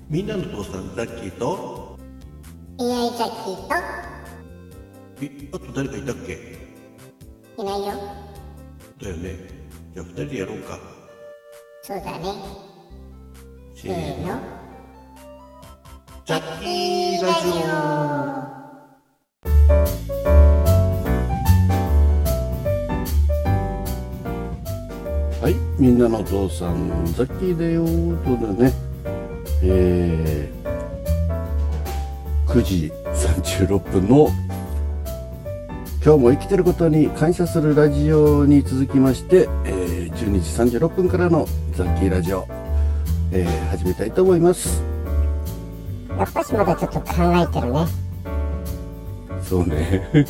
みんなの父さんザッキーと AI ザッキーとあと誰かいたっけ？ いないよ。 だよね。じゃあ2人でやろうか。 そうだね。 せーの。 ザッキーラジオ。 はい、みんなのお父さんザッキーだよということでね、9時36分の今日も生きてることに感謝するラジオに続きまして、12時36分からのザッキーラジオ、始めたいと思います。 やっぱしまだちょっと考えてるね。 そうね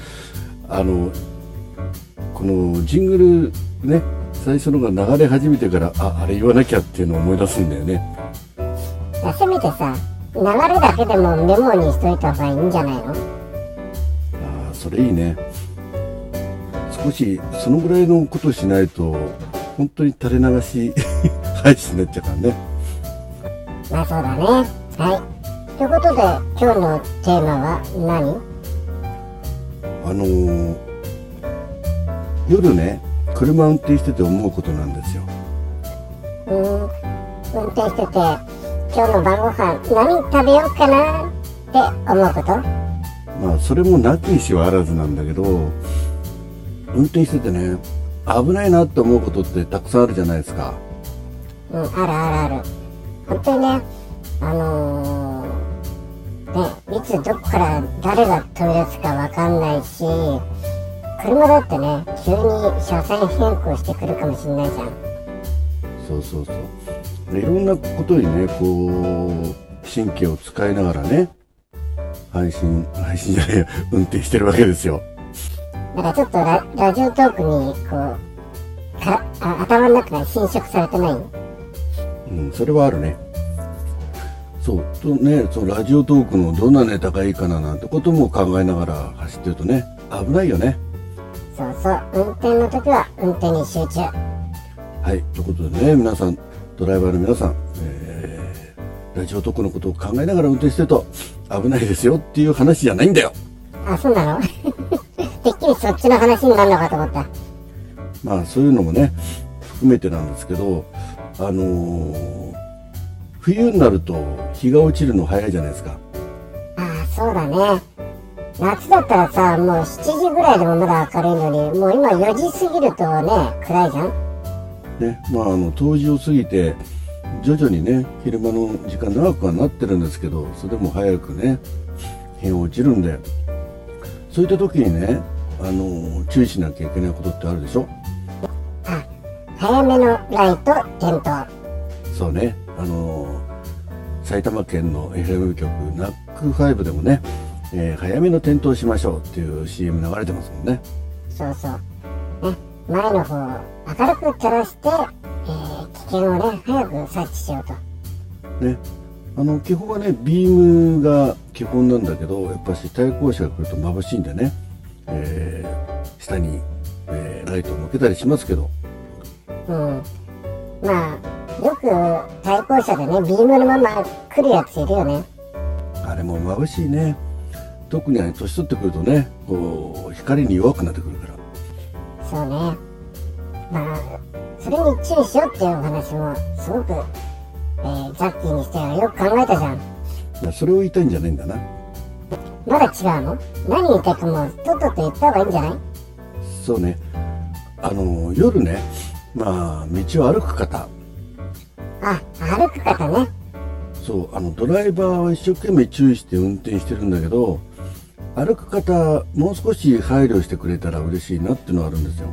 このジングルね、最初のが流れ始めてからあれ言わなきゃっていうのを思い出すんだよね。 せめてさ、流れだけでもメモにしといた方がいいんじゃないの？ それいいね。少しそのぐらいのことをしないと本当に垂れ流し配信になっちゃうからね。 まあそうだね。はい。ということで今日のテーマは何？夜ね、車運転してて思うことなんですよ。 運転してて今日の晩ご飯何食べようかなって思うこと？ まあそれもなきにしはあらずなんだけど、運転しててね、危ないなって思うことってたくさんあるじゃないですか。 あるある。本当にね、いつどこから誰が飛び出すかわかんないし、車だってね、急に車線変更してくるかもしれないじゃん。 そういろんなことにね、こう神経を使いながらね、配信じゃないや、運転してるわけですよ。 だからちょっとラジオトークにこう頭の中が侵食されてない？ それはあるね。そうとね、そのラジオトークのどんなネタがいいかななんてことも考えながら走ってるとね、危ないよね。 そう、運転の時は運転に集中。 はい、ということでね、皆さん、ドライバーの皆さん、ラジオトークのことを考えながら運転してると危ないですよっていう話じゃないんだよ。 あ、そうなの？てっきりそっちの話になるのかと思った。 まあそういうのもね含めてなんですけど、冬になると日が落ちるの早いじゃないですか。 そうだね。夏だったらさ、もう7時ぐらいでもまだ明るいのに、もう今4時過ぎるとね、暗いじゃんね。まあ冬至を過ぎて徐々にね、昼間の時間長くはなってるんですけど、それでも早くね日が落ちるんで、そういった時にね、注意しなきゃいけないことってあるでしょ。 早めのライト点灯。 そうね、埼玉県の FM 局 NAC5 でもね、早めの点灯しましょうっていう CM 流れてますもんね。 そうね、前の方を明るく照らして、危険をね早く察知しようとね。基本はねビームが基本なんだけど、やっぱし対向車が来ると眩しいんでね、下に、ライトを向けたりしますけど、 まあよく対向車でねビームのまま来るやついるよね。 あれも眩しいね。特に年取ってくるとね、こう光に弱くなってくるから。 そうね。まあそれに注意しようっていうお話もすごく、ザッキーにしてはよく考えたじゃん。 それを言いたいんじゃないんだな。 まだ違うの？何言いたいかもとっとと言った方がいいんじゃない？ そうね。夜ね、まあ道を歩く方。 歩く方ね。 そう、ドライバーは一生懸命注意して運転してるんだけど、歩く方もう少し配慮してくれたら嬉しいなっていうのはあるんですよ。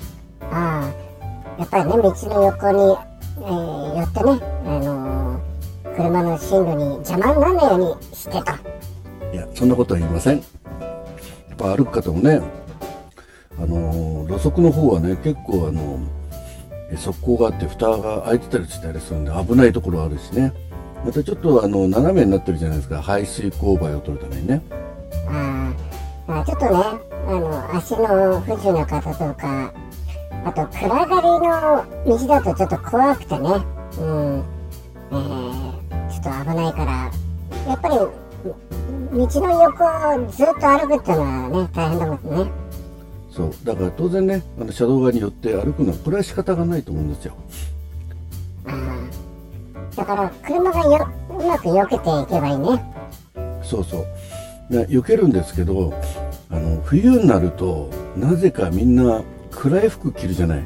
やっぱりね、道の横に、寄ってね、車の進路に邪魔にならないようにしてと。 いや、そんなことは言いません。やっぱ歩く方もね、路側の方はね、結構側溝があって蓋が開いてたりしたりするんで危ないところあるしね。またちょっと斜めになってるじゃないですか、排水勾配を取るためにね。 ちょっとね、足の不自由な方とか、あと暗がりの道だとちょっと怖くてね、ちょっょっと危ないから、やっぱり道の横をずっと歩くっていうのはね、大変だもんね。 そうだから当然ね、車道側によって歩くのはこれは仕方がないと思うんですよ。 だから車がうまく避けていけばいいね。 そうそうで避けるんですけど、冬になるとなぜかみんな暗い服着るじゃない。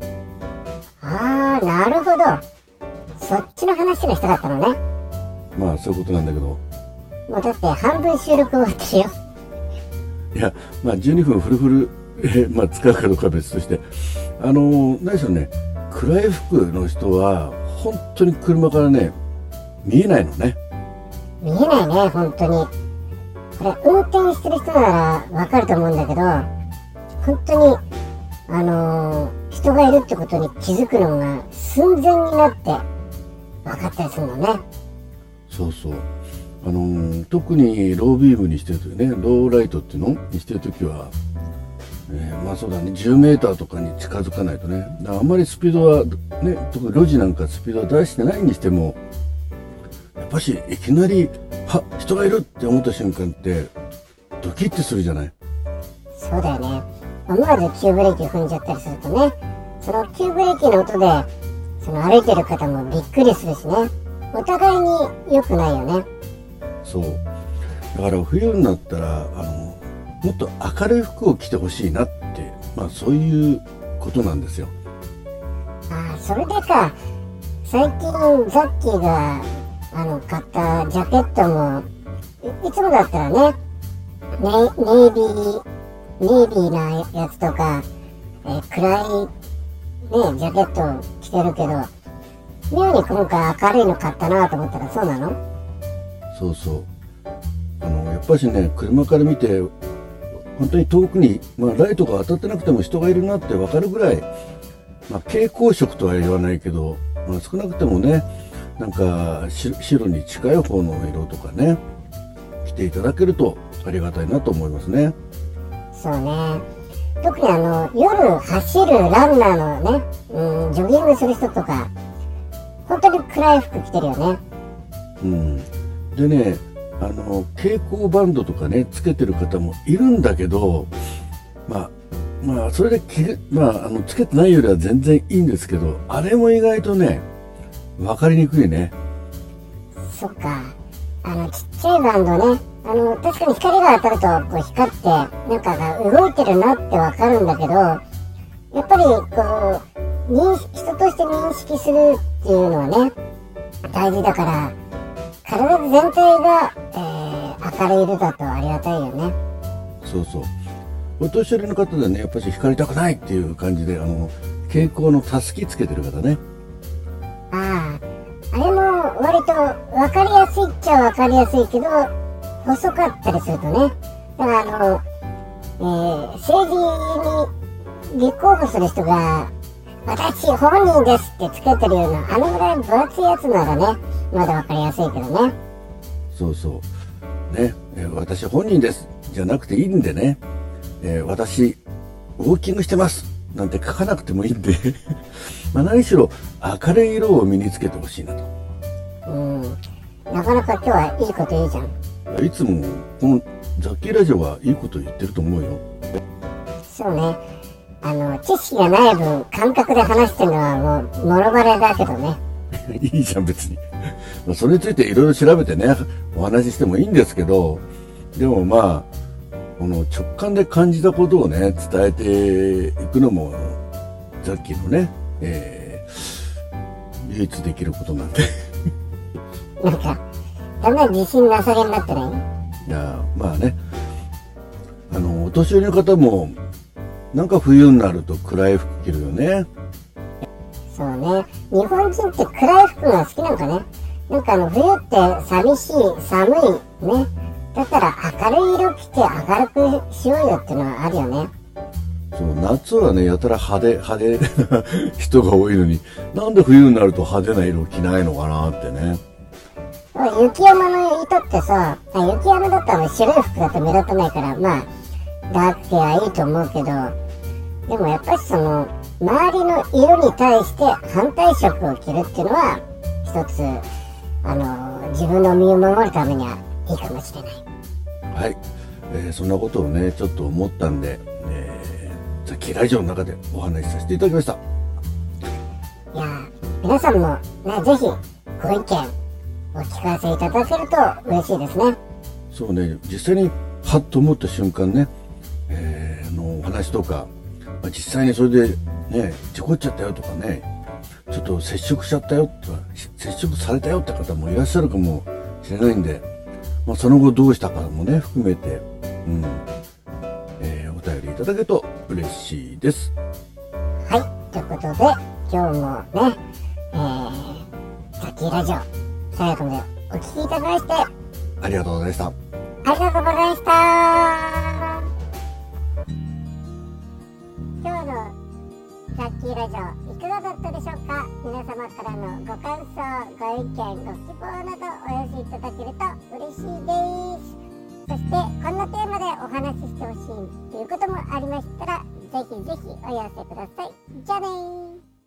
ああ、なるほど。そっちの話がしたかったのね。 まあそういうことなんだけど、 もうだって半分収録終わってるよ。 いやまあ12分フルフルまあ使うかどうかは別として、何でしょうね、暗い服の人は本当に車からね見えないのね。 見えないね、本当に。これ運転してる人ならわかると思うんだけど、本当に人がいるってことに気づくのが寸前になって分かったりするのね。 そうそう、特にロービームにしてるとね、ローライトっていうのにしてるときは、まあそうだね、10メーターとかに近づかないとね。だからあんまりスピードはね、特に路地なんかスピードは出してないにしても、やっぱしいきなり人がいるって思った瞬間ってドキッてするじゃない。 そうだよね。思わず急ブレーキ踏んじゃったりするとね、その急ブレーキの音でその歩いてる方もびっくりするしね、お互いに良くないよね。 そうだから冬になったらもっと明るい服を着てほしいなって、まあそういうことなんですよ。 ああ、それでか。最近ザッキーが買ったジャケットも いつもだったらね、ネイビーなやつとか、暗いねジャケットを着てるけど、妙に今回明るいの買ったなと思ったら、そうなの？ そうそうやっぱしね、車から見て本当に遠くに、まあ、ライトが当たってなくても人がいるなって分かるぐらい、まあ、蛍光色とは言わないけど、まあ、少なくてもね、なんか白に近い方の色とかね着ていただけるとありがたいなと思いますね。 そうね。特に夜走るランナーのね、ジョギングする人とか本当に暗い服着てるよね。 でね、蛍光バンドとかねつけてる方もいるんだけど、まあそれでつけてないよりは全然いいんですけど、あれも意外とね分かりにくいね。 そっか。ちっちゃいバンドね、確かに光が当たるとこう光ってなんかが動いてるなって分かるんだけど、やっぱりこう人として認識するっていうのはね大事だから、体全体が、明るい色だとありがたいよね。 そうそう、お年寄りの方でね、やっぱり光りたくないっていう感じで蛍光のたすきつけてる方ね。 あれも割と分かりやすいっちゃ分かりやすいけど、細かったりするとね、だから政治に立候補する人が私本人ですってつけてるようなぐらい分厚いやつならね、まだ分かりやすいけどね。 そうそうね、私本人ですじゃなくていいんでね、私ウォーキングしてますなんて書かなくてもいいんでまあ何しろ明るい色を身につけてほしいなと。 なかなか今日はいいこと言うじゃん。 いつもこのザッキーラジオはいいこと言ってると思うよ。 そうね、知識がない分感覚で話してるのはもうもろバレだけどねいいじゃん別にそれについていろいろ調べてねお話ししてもいいんですけど、でもまあこの直感で感じたことをね伝えていくのもザッキーのね、唯一できることなんでなんかだんだん自信なさげになってない？ いやまあね、お年寄りの方もなんか冬になると暗い服着るよね。 そうね、日本人って暗い服が好きなんかね。なんか冬って寂しい寒いね、だったら明るい色着て明るくしようよっていうのはあるよね。 そう夏はねやたら派手な人が多いのに、なんで冬になると派手な色着ないのかなってね。 雪山の人ってさ、雪山だったら白い服だと目立たないから、まあダーク系はいいと思うけど、でもやっぱりその周りの色に対して反対色を着るっていうのは一つ自分の身を守るためにはいいかもしれない。 はい、そんなことをねちょっと思ったんで、さっきラジオの中でお話しさせていただきました。 いや皆さんもねぜひご意見お聞かせいただけると嬉しいですね。 そうね、実際にハッと思った瞬間ね、お話とか、実際にそれでね事故っちゃったよとかね、ちょっと接触しちゃったよとか接触されたよって方もいらっしゃるかもしれないんで、その後どうしたかもね含めて、お便りいただけると嬉しいです。 はい、ということで今日もね、ザッキーラジオ最後までお聞きいただきましてありがとうございました。 ありがとうございました。今日のザッキーラジオいかがだったでしょうか。皆様からのご感想、ご意見、ご希望などお寄せいただけると嬉しいです。そしてこんなテーマでお話ししてほしいということもありましたら、ぜひぜひお寄せください。じゃあねー。